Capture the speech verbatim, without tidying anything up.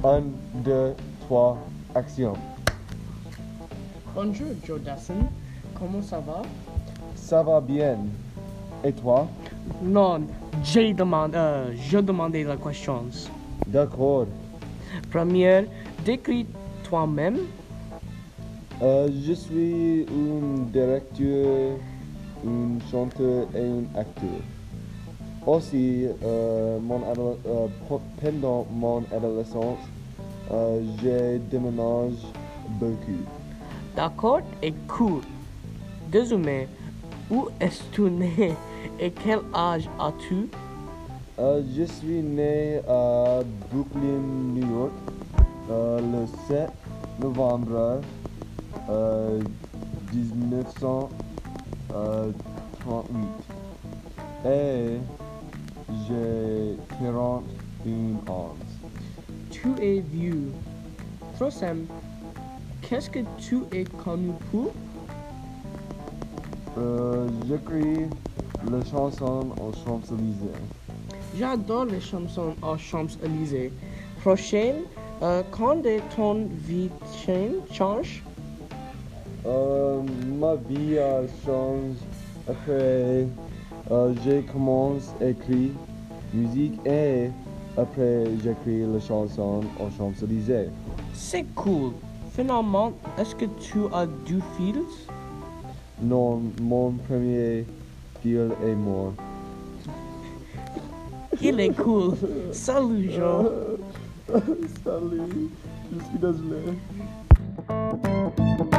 Un, deux, trois, action. Bonjour Joe Dassin, comment ça va? Ça va bien. Et toi? Non, j'ai demandé, euh, je demandais la question. D'accord. Première, décris toi-même. Euh, je suis un directeur, un chanteur et un acteur. Aussi, euh, mon adole- euh, po- pendant mon adolescence, euh, j'ai déménagé beaucoup. D'accord et cool. Désormais, où es-tu né et quel âge as-tu? Euh, je suis né à Brooklyn, New York, euh, le sept novembre euh, mille neuf cent trente-huit. Et j'ai quarante et un ans. Tu es vieux. Troisième, qu'est-ce que tu es connu pour? Euh, j'écris les chansons aux Champs-Élysées. J'adore les chansons aux Champs-Élysées. Prochaine, euh, quand est ton vie change? Euh, ma vie a changé après euh, j'ai commencé à écrire musique et après j'écris les chansons aux Champs-Élysées. C'est cool. Finalement, est-ce que tu as deux fils? Non, mon premier fils est mort. Il est cool. Salut, Jean. Salut, je suis désolé.